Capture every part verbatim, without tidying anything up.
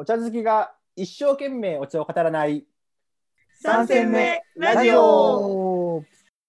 お茶好きが一生懸命お茶を語らない三戦目ラジオ。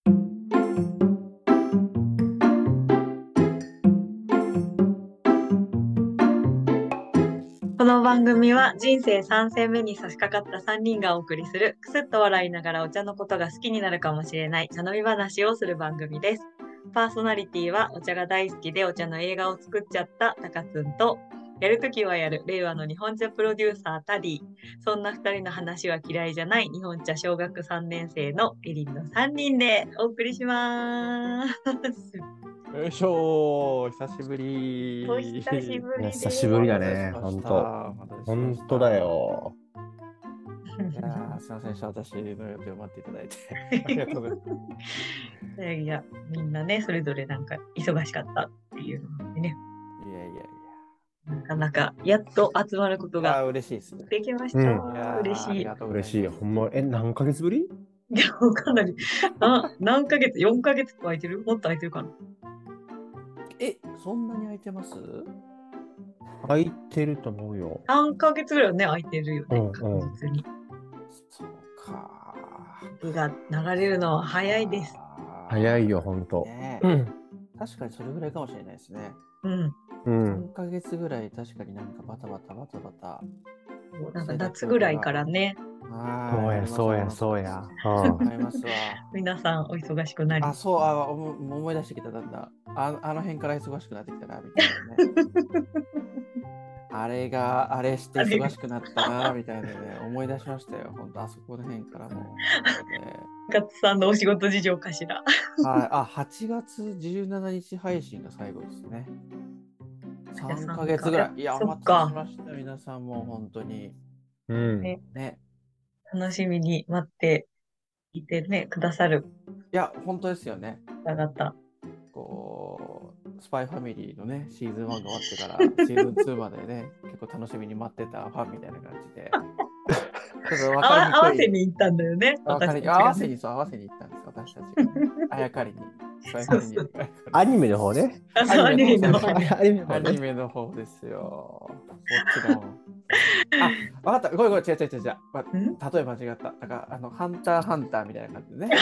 この番組は人生さん戦目に差し掛かったさんにんがお送りするくすっと笑いながらお茶のことが好きになるかもしれない茶飲み話をする番組です。パーソナリティはお茶が大好きでお茶の映画を作っちゃったたかつんと、やるときはやる令和の日本茶プロデューサータディ、そんなふたりの話は嫌いじゃない日本茶小学さんねん生のエリンのさんにんでお送りします。 よいしょー、久しぶりお久しぶりです。 久しぶりだね、ほんとほんとだよ。 いやすいませんでした、私の予定を待っていただいてありがとうございますいやいや、みんなねそれぞれなんか忙しかったっていうのでね、 いやいやいや、 なかなかやっと集まることがあ嬉しいですね。 できました。 うんいや嬉しい。 嬉しい、ほんま。え、何ヶ月ぶり？ いや、かなりな何ヶ月、よんかげつ空いてる？もっと空いてるかな。 え、そんなに空いてます？ 空いてると思うよ。 さんかげつぐらいはね空いてるよね、 うんうん確実に。 そうか。 日が流れるのは早いです。 早いよ、ほんと。 ねうん。 確かにそれぐらいかもしれないですね。 うん。 うんさんかげつぐらい確かになんかバタバタバタバタ。 なんか夏ぐらいからね、 はい。 そうや、そうや、そうや。 わかりますわ。 皆さんお忙しくなり。 あ、そう、あ、思思い出してきた、なんだ。ああの辺から忙しくなってきたな、みたいなね。あれが、あれして忙しくなったな、みたいなね、思い出しましたよ。本当あそこの辺からもう、ね。 ガッツさんのお仕事事情かしら。 はい、あ、はちがつじゅうしちにち配信が最後ですね。さんかげつぐらい。いや、お待たせしました。皆さんも本当に。 うん。 ね、 ね。 楽しみに待っていてね、くださる。 いや、本当ですよね。 方々。 こう、スパイファミリーのね、シーズンワンが終わってから、シーズンツーまでね、結構楽しみに待ってたファンみたいな感じで。ちょっと分かりにくい。 合わせに行ったんだよね。 合わせに、そう、合わせに行ったんです、私たちが、ね。あやかりに。 そうそう、 アニメの方ね。 アニメの方。 アニメの方ですよ。そっちの。あ、分かった。ごめんごめん、違う違う違う違う。例え間違った。だから、あの、ハンターハンターみたいな感じでね。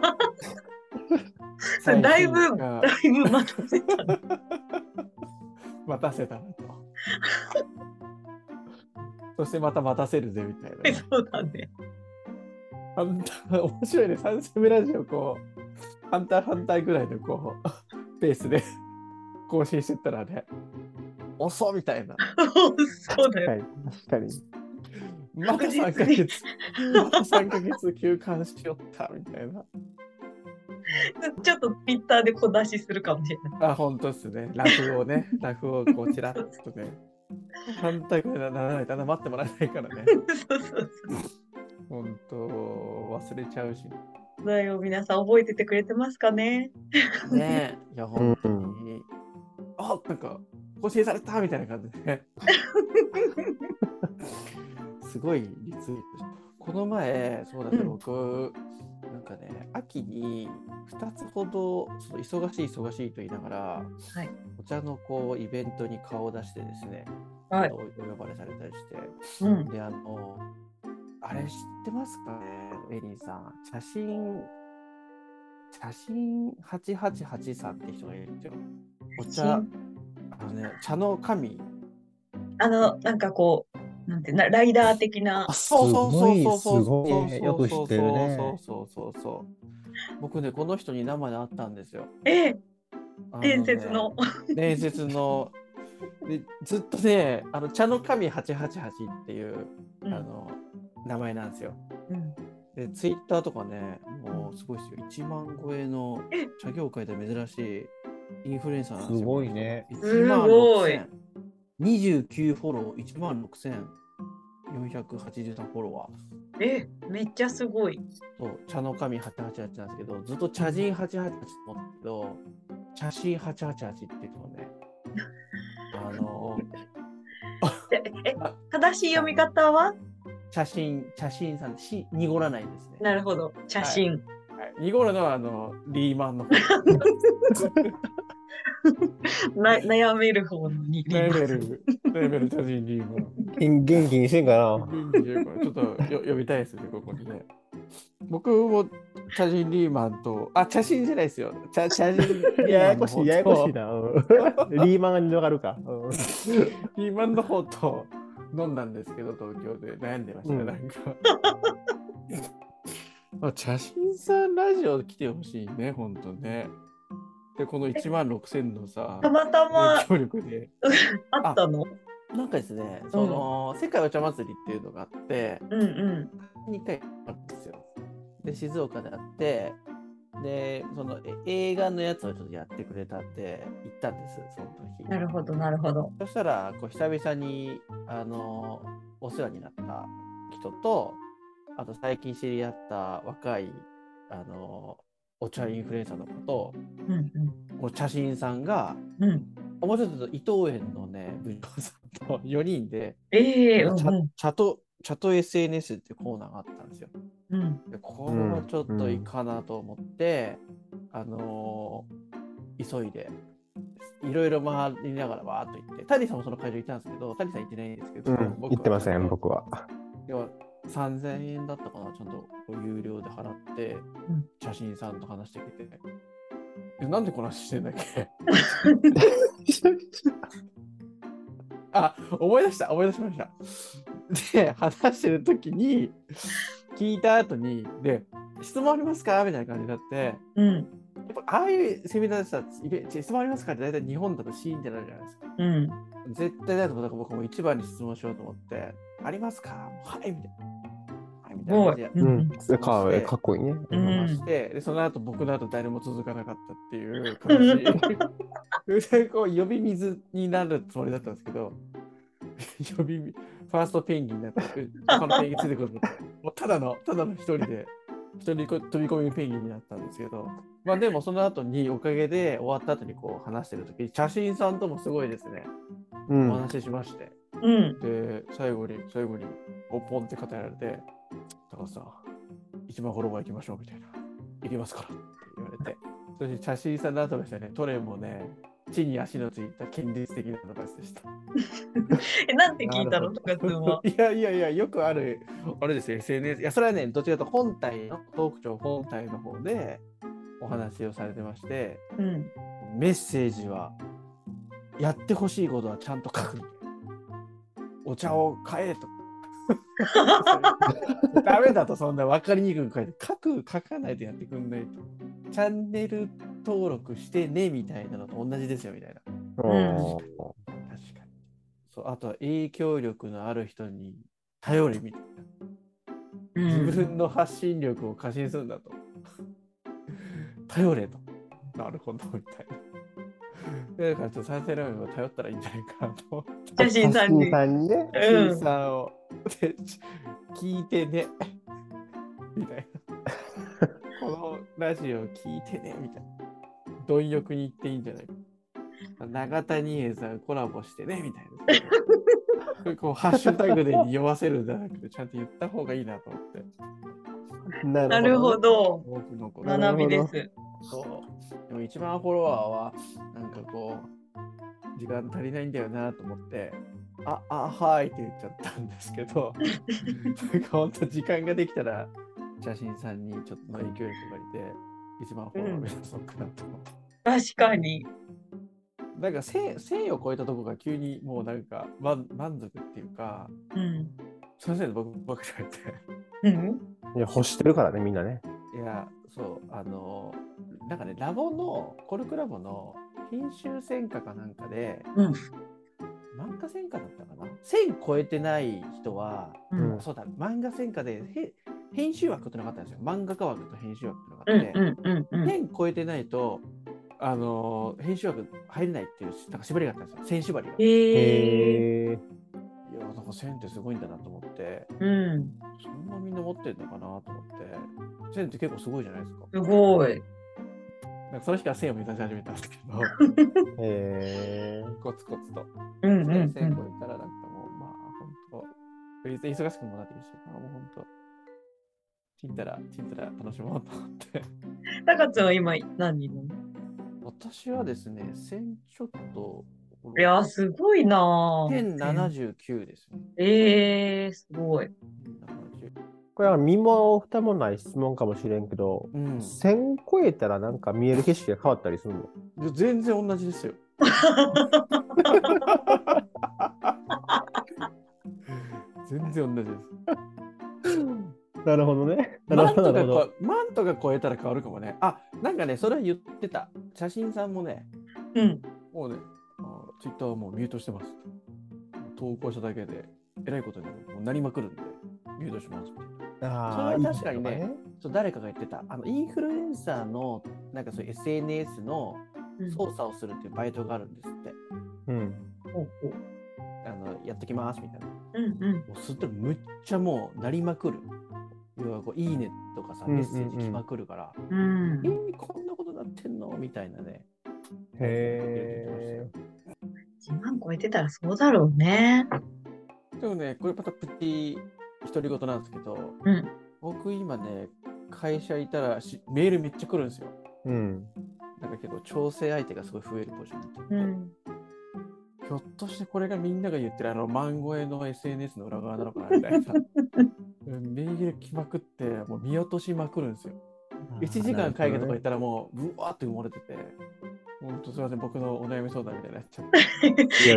だいぶ、だいぶ待たせた。 待たせたなと。そしてまた待たせるぜみたいな、ね。 そうだね。 ハンター、面白いね。サンセムラジオ、こう、ハンターハンターぐらいのこう、ペースで更新してったらね、遅みたいな。 そうだよ。 確かに。 またさんかげつ、またさんかげつ休館しよったみたいな。 ちょっとツイッターで小出しするかもしれない。 あ、本当ですね。ラフをね、ラフをこうちらっとね。反対ぐらいならないと待ってもらえないからね。 そうそうそう。 本当忘れちゃうし。 だよ、皆さん覚えててくれてますかね。 ねえ、いや本当に、うん、あ、なんか更新されたみたいな感じで、ね。すごいリツイート。この前、そうだね、うん、僕なんかね、秋にふたつほどちょっと忙しい忙しいと言いながら、はい、お茶のこうイベントに顔を出してですね、はい、お呼ばれされたりして、うん、で、あの、あれ知ってますかね、エリンさん。写真、写真はちはちはちさんって人がいるんですよ。お茶、あのね、茶の神。 あの、なんかこう、なんてなライダー的な。 そうそうそうそうそうそうそう。よく知ってるね。 そうそうそうそう。僕ね、この人に生で会ったんですよ。 ええ、伝説の。 伝説の。でずっとね、あの茶の神はちはちはちっていう、うん、あの名前なんですよ。うん、でツイッターとかね、もうすごいですよ。いちまん超えの茶業界で珍しいインフルエンサーなんですよ。 すごいね。 いちまんろくせん。にじゅうきゅうフォロー、いちまんろくせんよんひゃくはちじゅうさんフォロワー。え、めっちゃすごい。 そう、茶の神はちはちはちなんですけど、ずっと茶人はちはちはちって思ったけど、茶神はちはちはちっていうのね。あのえ、正しい読み方は茶神、茶神さん、し濁らないですね。 なるほど、茶神。 はいはい、濁るのはあのリーマンの方。 な悩める方のにリーマン。 悩める、悩める茶人リーマン。 元元気にしてんかな。 元気でちょっとよ呼びたいですね、ここにね。僕も茶人リーマンと、あ、茶人じゃないですよ。茶茶人リーマンの方とややこしい、ややこしいな。うんリーマンがにがるか。うんリーマンの方と飲んだんですけど、東京で悩んでました、 うんなんか。まあ、茶人さんラジオ来てほしいね、ほんとね。で、このいちまんろくせんのさ、 たまたま影響力で。 あったの？ なんかですね、その、世界お茶祭りっていうのがあって、 うんうにかいあるんですよ。で、静岡であって、で、そのえ映画のやつをちょっとやってくれたんで、行ったんです、その時。 ん。なるほど、なるほど。 そしたら、こう久々に、あの、お世話になった人と、あと最近知り合った若い、あの、お茶インフルエンサーの子と、 うんこう茶人さんが、 うん。うん。 もうちょっと伊藤園のね、部長さんとよにんで、 ええなんかチャうんうんチャと、チャと エスエヌエス ってコーナーがあったんですよ。 うん。 でこれはちょっといいかなと思って、あのー急いで、いろいろ回りながらわーっと行って、タニさんもその会場行ったんですけど、タニさん行ってないんですけど、 うん、 僕は言ってません、 ちゃんと僕は。 要はさんぜんえんだったかな、ちゃんとこう有料で払って、 うん写真さんと話してきて、え、なんでこの話してんだっけあ、思い出した、思い出しました。で、話してる時に、聞いた後に、で、質問ありますかみたいな感じになって、 うんやっぱああいうセミナーでさ、イベ質問ありますかって大体日本だとシーンってなるじゃないですか。 うん絶対だと思ったから僕も一番に質問しようと思って、ありますかはいみたいな。はいみたいな感じで。 ううんん、 質か問してかっこいいね。 うんましてでその後僕の後誰も続かなかったっていう悲しいでこう呼び水になるつもりだったんですけど呼びファーストペンギンになって他のペンギンついてくるのもうただのただの一人で一人飛び込みペンギンになったんですけどまあでもその後におかげで終わった後にこう話してる時写真さんともすごいですね、 うんお話ししましてうんで最後に最後にこうポンって語られて高橋さん一番フォロワー行きましょうみたいな。行きますからって言われて。そして、写真さんの後でしたね、トレンもね、地に足のついた堅実的なアドバイスでした。 え、なんて聞いたの？高津は。 いやいやいや、よくある、あれですよ、エスエヌエス。いや、それはね、どっちかというと本体の、トーク長本体の方でお話をされてまして、 うん。 メッセージは、やってほしいことはちゃんと書く。お茶を買えと。ダメだとそんな分かりにくく書いて書く書かないでやってくんないとチャンネル登録してねみたいなのと同じですよみたいなおー確かにそうあとは影響力のある人に頼りみたいな自分の発信力を過信するんだと頼れとなるほどみたいなだからちょっと再生ライブを頼ったらいいんじゃないかなと思って写真さんに。 写真さんにね。 写真さんをで聞いてねみたいなこのラジオ聞いてねみたいな貪欲に言っていいんじゃないか永田二栄さんコラボしてねみたいなこうハッシュタグで匂わせるんじゃなくてちゃんと言った方がいいなと思ってなるほど。 僕の子学びです。 そうでも一番フォロワーはなんかこう時間足りないんだよなと思ってあ、あ、はいって言っちゃったんですけどなんか本当時間ができたら写真さんにちょっとの影響力がいて一番フォロワー目指そうかなと思って、 確かに。 なんかせんを超えたとこが急にもうなんか満満足っていうかうん。 そのせいで僕ばっかりやってうん。 いや、欲してるからね、みんなね。 いやそうあのなんかねラボのコルクラボの編集専科かなんかで、 うん。 漫画専科だったかなせん超えてない人は、 うんそうだ漫画専科でへ編集枠ってのがあったんですよ漫画家枠と編集枠ってのがうんあって、 うんうんうん。 せん超えてないとあのー編集枠入れないっていうなんか縛りがあったんですよ線縛りが、 へえ。 へー。 いやなんかせんってすごいんだなと思ってうん。 そんなみんな持ってんのかなと思ってせんって結構すごいじゃないですかすごい。 なんかその日からせんを目指し始めたんですけどへー。 コツコツとうんうんうせん超ん。 えたらなんかもうまあ本当別に忙しくもなってるしあもう本当ちんたらちんたら楽しもうと思って高津は今何人なの？ 私はですね、せんちょっと。 いやー、すごいなー。 せんななじゅうきゅうですね。 えー、すごい。 これは身も蓋もない質問かもしれんけど、 うん、 せん超えたらなんか見える景色が変わったりするの？ 全然同じですよ。全然同じです。 なるほどね。なマンるほど、なるほど。 トがこマントが超えたら変わるかもね。あ、なんかね、それは言ってた。写真さんもね、 うん。 もうね、ツイッターはもうミュートしてます。投稿しただけで、えらいことにもうなりまくるんで、ミュートします。 あそれは確かにね、 いいねそう誰かが言ってた。あのインフルエンサーのなんかそういう エスエヌエス の操作をするっていうバイトがあるんですって。 うん。 おうおうあのやってきますみたいな。 うんうん。 もうするとむっちゃもうなりまくる。要はこういいねとかさ、 うんうんうんメッセージ来まくるから、 うんえー、こんなことなってんのみたいなね。 へいちまん超えてたらそうだろうね。 でもね、これまたプチ独り言なんですけど、 うん。 僕今ね、会社いたらしメールめっちゃ来るんですよ。 ーうん。 なんかけど、調整相手がすごい増えるポジションになってて、 うん。 ひょっとしてこれがみんなが言ってるあの万超えの エスエヌエス の裏側なのかなみたいな。メール来まくって、もう見落としまくるんですよ。いちじかん会議とか言ったらもう、ぶわーって埋もれてて、本当すみません、僕のお悩み相談みたいになっちゃって。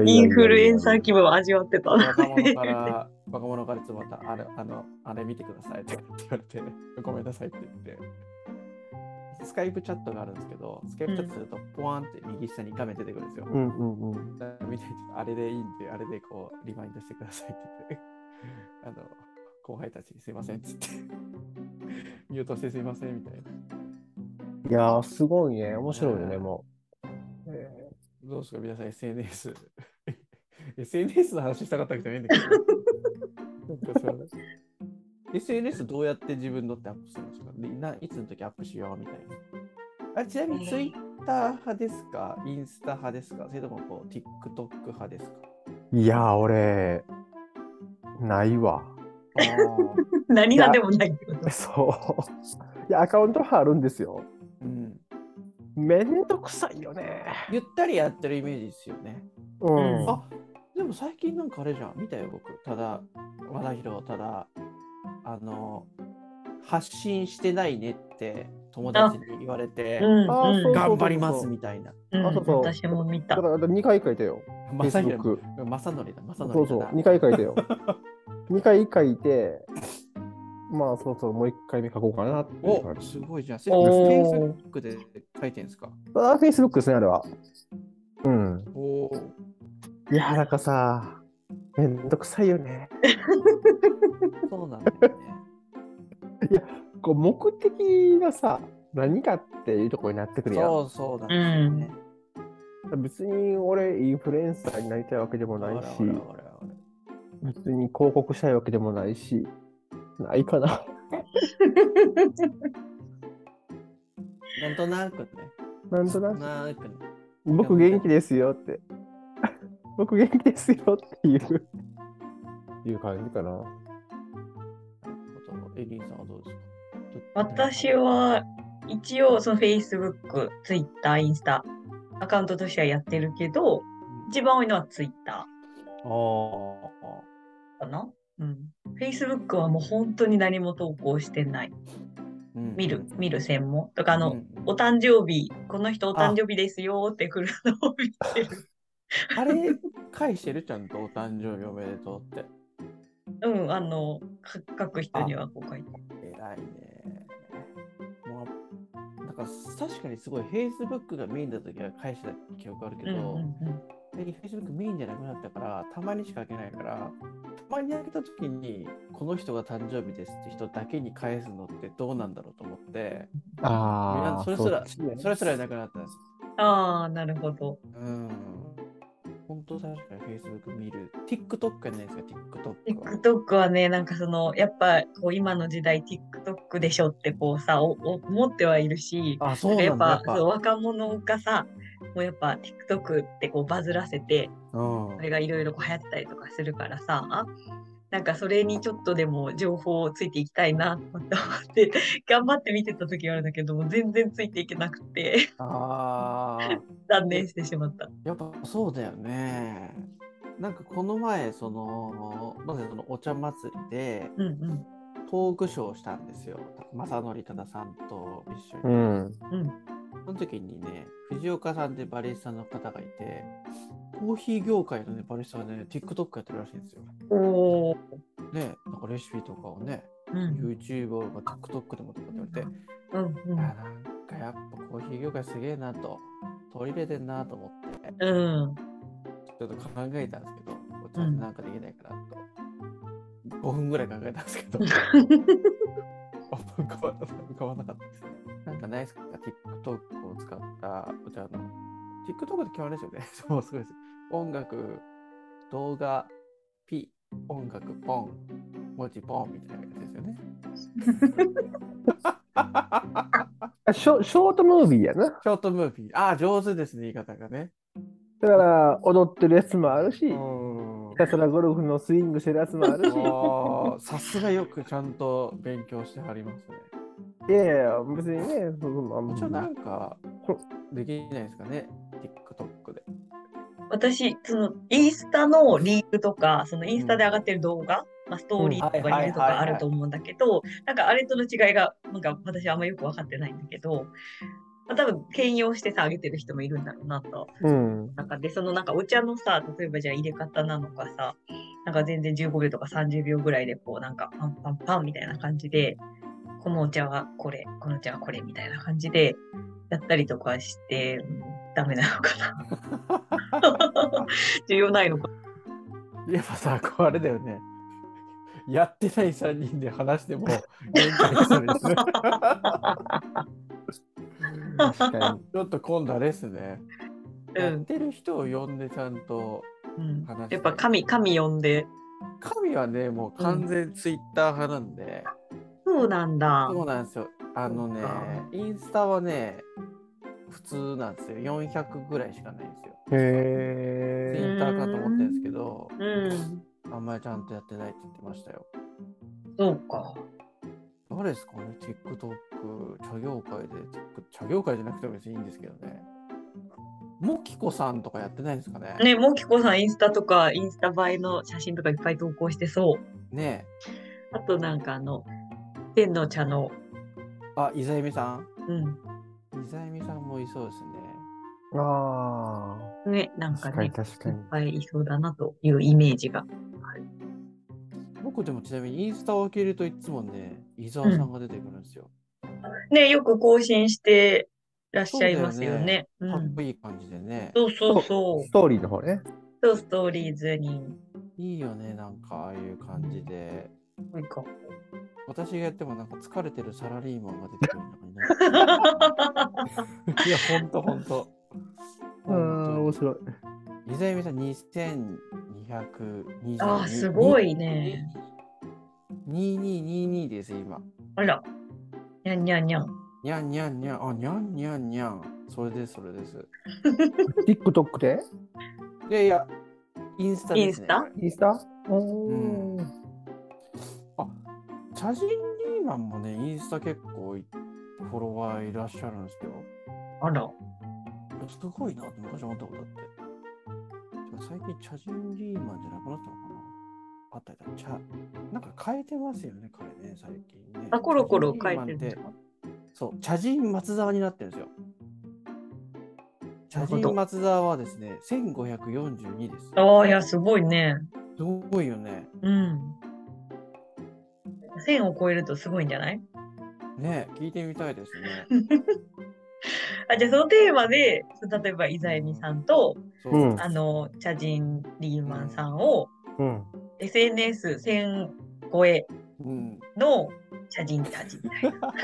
インフルエンサー気分を味わってた。 若者から、若者からいつもまた、あれ、あの、あれ見てくださいって言われて、ごめんなさいって言って。スカイプチャットがあるんですけど、スカイプチャットすると、ポワンって右下に画面出てくるんですよ。 うんうんうん。 だから見て、あれでいいんで、あれでこう、リマインドしてくださいって言って、あの、後輩たちにすいませんっつって、ミュートしてすいませんみたいな。 いやー、すごいね。面白いよね、もう。えどうですか、皆さん エスエヌエス。エスエヌエス の話したかったわけじゃないんだけど。なんかそう エスエヌエス どうやって自分のってアップするんですか？でないつの時アップしようみたいな。あちなみに Twitter 派ですか？インスタ派ですか？それともこう TikTok 派ですか？ ーいやー、俺、ないわ。 あ何がでもない。 そう。いや、アカウントはあるんですよ。 うん、 めんどくさいよね。 ゆったりやってるイメージですよね。 うん。 あでも最近なんかあれじゃん。見たよ、僕。ただ、和田博、ただ、あの、発信してないねって友達に言われて、 うんあーそう頑張りますみたいな。 うんあそうそう私も見ただ。からにかい書いたよ。 まさに Facebook まさのりだ、まさのそうそうりだな。、 にかい書いたよ。にかい書いて、まあそうそう、もういっかいめ書こうかなっていうお感じ。 すごいじゃん。 おー Facebook で書いてるんですか？ ああ、Facebook ですね、あれは。うん。 おお。 いや、なんかさ、めんどくさいよね。 そうなんだよね。 こう目的がさ、何かっていうところになってくるやん。 そうそうなんですよね。 別に俺、インフルエンサーになりたいわけでもないし、 ほらほらほらほら別に広告したいわけでもないし、ないかな。 なんとなくね。 なんとなく、 なんとなくね。 僕元気ですよって。僕元気ですよっていう、いう感じかな。 エリンさんはどうですか？ 私は一応その Facebook、Twitter、インスタアカウントとしてはやってるけど、一番多いのは Twitter かな。うん。Facebook はもう本当に何も投稿してない。見る、見る専門とか、あの、うん、お誕生日、この人お誕生日ですよって来るのを見てる。 あれ、返してるちゃんとお誕生日おめでとうって。 うん、あの、書く人にはこう書いて。 偉いね。もう、なんか確かにすごい Facebook がメインだときは返した記憶あるけど、うんうんうん、Facebook メインじゃなくなったから、たまにしか開けないから、たまに開けたときに、この人が誕生日ですって人だけに返すのってどうなんだろうと思って、 ああ、 それすら、そ, ね、それすらなくなったんです。 ああ、なるほど。 うん。本当確かに Facebook 見る。TikTok やないですか、TikTok は。TikTok はね、なんかその、やっぱこう今の時代 TikTok でしょってこうさ、おお思ってはいるし、 あ、そうなんだ、 やっぱそう若者がさ、もうやっぱ TikTok ってこうバズらせて、 うん、 それがいろいろ流行ってたりとかするからさ、 なんかそれにちょっとでも情報をついていきたいなと思って頑張って見てた時があるんだけども全然ついていけなくてあ断念してしまった。 やっぱそうだよね。なんかこの前そのまずそのお茶祭りでうんうんトークショーをしたんですよ。正則忠さんと一緒に。 うん。 うん。 その時にね、藤岡さんってバリスタの方がいて、コーヒー業界の、ね、バリスタがね、TikTok やってるらしいんですよ。 おー。 ね、なんかレシピとかをね、 うん YouTube が TikTok でもとかって言われて、 うんうんあなんかやっぱコーヒー業界すげえなと、取り入れてんなと思って、 うんちょっと考えたんですけど、お茶でうんなんかできないかなと。ごふんぐらい考えたんですけど、あ浮かば浮かばなかったですね。なんかないですか TikTok を使ったお茶の。TikTok で決まるんですよね。そう、すごいです。音楽、動画、ピ、音楽、ポン、文字、ポンみたいなやつですよね。 ショ、ショートムービーやな。 ショートムービー。ああ、上手ですね、言い方がね。 だから踊ってるやつもあるし、 うーん。 ひたすらゴルフのスイングしてるやつもあるし。 ああ、さすがよくちゃんと勉強してはりますね。 いやいや、別にね、そのあんお茶なんまかできないですかね、TikTok で。 私、そのインスタのリールとか、そのインスタで上がってる動画、まあ、ストーリーとかリールとかあると思うんだけど、なんかあれとの違いが、なんか私はあんまよく分かってないんだけど、まあ、多分兼用してさ、上げてる人もいるんだろうなと。 うん。 なんかで、そのなんかお茶のさ、例えばじゃあ入れ方なのかさ、なんか全然じゅうごびょうとかさんじゅうびょうぐらいでこうなんかパンパンパンみたいな感じで、このお茶はこれ、このお茶はこれみたいな感じでやったりとかして、うん、ダメなのかな。重要ないのか。 やっぱさ、こうあれだよね。やってないさんにんで話しても限界ですね。 確かに。 ちょっと今度あれですね。 うんやってる人を呼んでちゃんとうん話して。 やっぱ神、神呼んで。 神はね、もう完全ツイッター派なんで。 そうなんだ。 そうなんですよ。あのね、インスタはね、普通なんですよ。よんひゃくぐらいしかないんですよ。 へえ。 ツイッターかと思ってるんですけど、 うん。 あんまりちゃんとやってないって言ってましたよ。 そうか。 誰ですかね、TikTok、茶業界で、茶業界じゃなくても別にいいんですけどね。もきこさんとかやってないんですかね。 ね、もきこさんインスタとか、インスタ映えの写真とかいっぱい投稿してそう。 ねあとなんかあの、天の茶の、 え。あ、伊沢恵美さんうん。 伊沢恵美さんもいそうですね。 ああ。 ね、なんかね、 確かに確かにいっぱいいそうだなというイメージがある。 僕でもちなみにインスタを開けるといつもね、伊沢さんが出てくるんですよ。 ね、よく更新してらっしそうだよゃいますよね。 ね。うかっん。 こいい感じでね。 そうそうそストーリーの方ね。 う。そう、ストーリーズに。 いいよね、なんかああいう感じで。 なんか。 私がやってもなんか疲れてるサラリーマンが出てくるのにね。いや、ほんとほんと。 ああ、面白い。 伊沢恵美さんにせんにひゃくにじゅうに。 ああ、すごいね。 にせんにひゃくにじゅうにです、今。 あら。にゃんにゃんにゃん。 にゃんにゃんにゃん。あ、にゃんにゃんにゃん。それです、それです。 TikTok でいやいや、インスタですね。 インスタインスタおうんー。 あ、チャジンリーマンもね、インスタ結構いフォロワーいらっしゃるんですよ。 あら。 すごいなって昔思ったことあって。最近チャジンリーマンじゃなくなったのかなあったりだ。チャなんか変えてますよね、彼ね、最近ね。 あ、コロコロチャジンリーマンって変えてるんですか？ そう、チャジン松沢になってるんですよ。チャジンなるほど。 松沢はですね、せんごひゃくよんじゅうにです。 ああ、いや、すごいね。 すごいよね。 うん。せんを超えるとすごいんじゃない？ ね聞いてみたいですね。 あ、じゃあそのテーマで、例えば、伊沢恵美さんと、 そう。 うんあの、チャジン・リーマンさんを、 うん。 エスエヌエスせん超えうん。 のチャジンたちみたいな。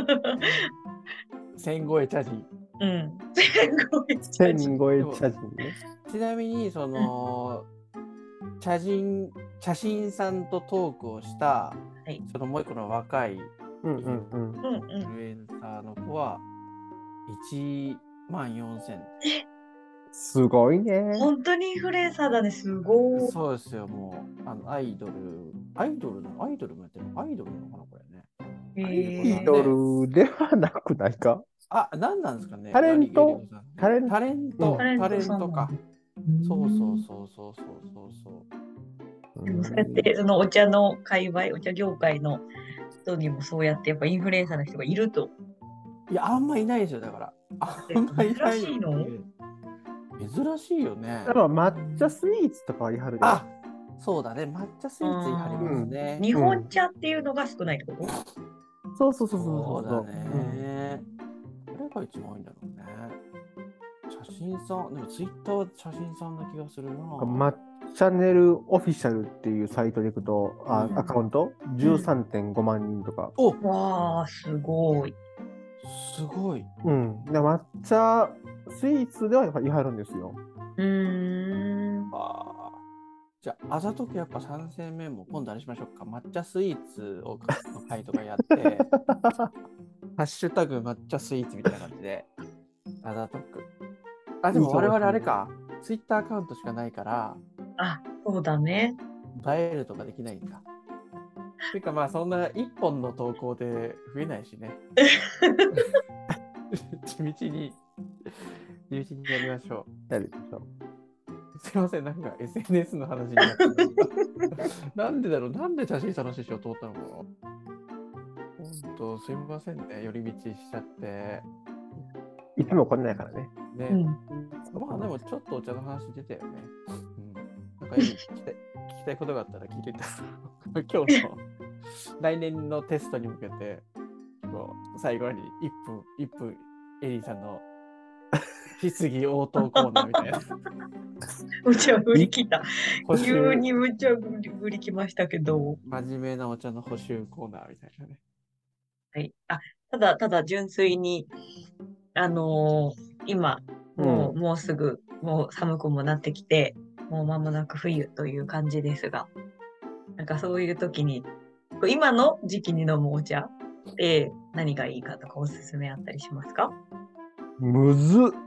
せん超えチャジン。 うん。せん超えチャジン。 千超えチャジンね。 ちなみに、その、チャジン、チャシンさんとトークをした、 はいそのもう一個の若いイうんうんうん。 うんうん。 ンフルエンサーの子はいちまんよんせん。 すごいね。 本当にインフルエンサーだね、すごい。 そうですよ、もう、あの、アイドル、アイドルの、アイドルもやってるのアイドルなのかな、これね。 へアーイドルではなくないか。 あ、何なんですかね。 タレントガリガリさんタレントタレント、 うんタレンタレトさんなんだ。 ントか。そうそうそうそうそうそうそう。 でもそうやってそのお茶の界隈、お茶業界の人にもそうやってやっぱインフルエンサーの人がいると。 いや、あんまいないですよ、だから。あんまいない。 珍しいの？ 珍しいよね。 だから抹茶スイーツとかは言いはるで。 あ、そうだね。抹茶スイーツやりますね。 日本茶っていうのが少ないってこと？ そうそうそうそうそうだそう。 ね。これが一番多いんだろうね。写真さん、でもツイッターは写真さんな気がするな。 抹茶ネルオフィシャルっていうサイトで行くと、あうんアカウント じゅうさんてんごまん人とか。 お、 わあ、すごい。 すごい。 うん。で抹茶スイーツではやっぱ言いはるんですよ。 うーん。 あーじゃあ、あざとくやっぱさん戦目も今度あれしましょうか。抹茶スイーツをの回とかやって、ハッシュタグ抹茶スイーツみたいな感じで、あざとく。あ、でも我々あれか、ツイッターアカウントしかないから、 あ、そうだね。 映えるとかできないんだ。ていうかまあそんな一本の投稿で増えないしね。地道に、地道にやりましょやりましょう。 う。すいません、なんか エスエヌエス の話になってた。なんでだろう、なんで写真話しようと思ったのかな。本当すいませんね、寄り道しちゃって。 いつもこんなんやからね。 ね。 うん。 まあでもちょっとお茶の話出たよね。うん。なんか聞きたい聞きたいことがあったら聞いてた。今日の来年のテストに向けて、こう最後にいっぷん、いっぷん、エリーさんの質疑応答コーナーみたいな。 むちゃぶりきた。 補急習、 にむちゃぶりきましたけど。 真面目なお茶の補習コーナーみたいなね。 はい。あ、ただ、ただ純粋に、あのー今、もう、もうすぐ、もう寒くもなってきて、もう間もなく冬という感じですが、なんかそういう時に、こう今の時期に飲むお茶って何がいいかとかおすすめあったりしますか？ むずっ。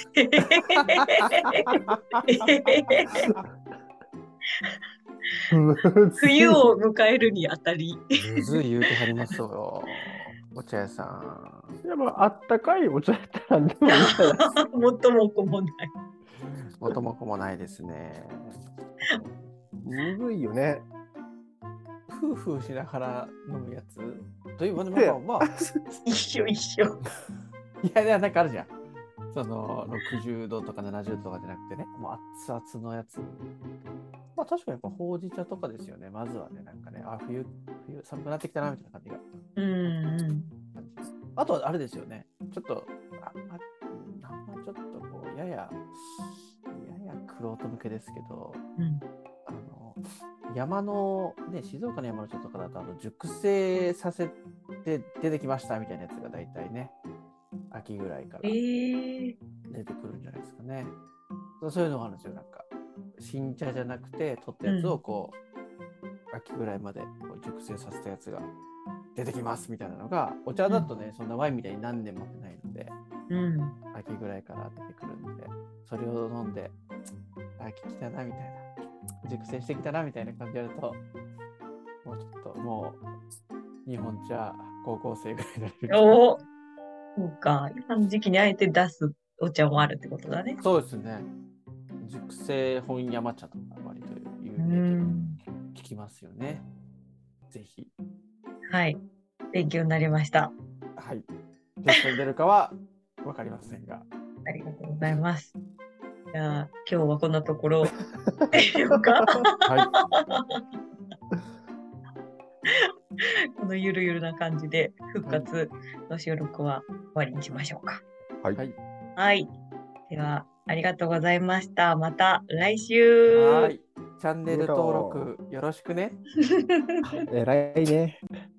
冬を迎えるにあたり。 むずい言うてはりますよ。お茶屋さん。 やっぱあったかいお茶やったらでもいいんじゃないもっともこもない。 元も子もないですね。 むずいよね。 夫婦しながら飲むやつというまでもまあ、まあ、 一緒一緒。 いやいや、なんかあるじゃん。そのろくじゅうどとかななじゅうどとかじゃなくてね、もう熱々のやつ。まあ確かにやっぱほうじ茶とかですよね。まずはね、なんかね、あ、冬、冬寒くなってきたなみたいな感じが。 うんうん。 あとはあれですよね。ちょっと、あ、あ、なんかちょっとこう、やや、やや玄人向けですけど、 うんあの、山の、ね、静岡の山の茶とかだと、あの熟成させて出てきましたみたいなやつが大体ね、秋ぐらいからえー、 出てくるんじゃないですかね。そうそういうのがあるんですよ。なんか、新茶じゃなくて、取ったやつをこう、秋ぐらいまでこう熟成させたやつが出てきますみたいなのが、お茶だとね、そんなワインみたいに何年もないので、 うん。 秋ぐらいから出てくるんで、それを飲んで、秋来たなみたいな、熟成してきたなみたいな感じでやると、もうちょっともう、日本茶高校生ぐらいになれる。 おお、そうか。今の時期にあえて出すお茶もあるってことだね。 そうですね。熟成本山茶とか割と有う名でん。 聞きますよね。ぜひ。 はい。勉強になりました。 はい。テストに出るかは分かりませんが。 ありがとうございます。じゃあ、今日はこんなところでしょうか。 はこのゆるゆるな感じで復活の収録は終わりにしましょうか。 はい。 はい。 はい。では、ありがとうございました。また来週。 はい。チャンネル登録よろしくね。 えらいね。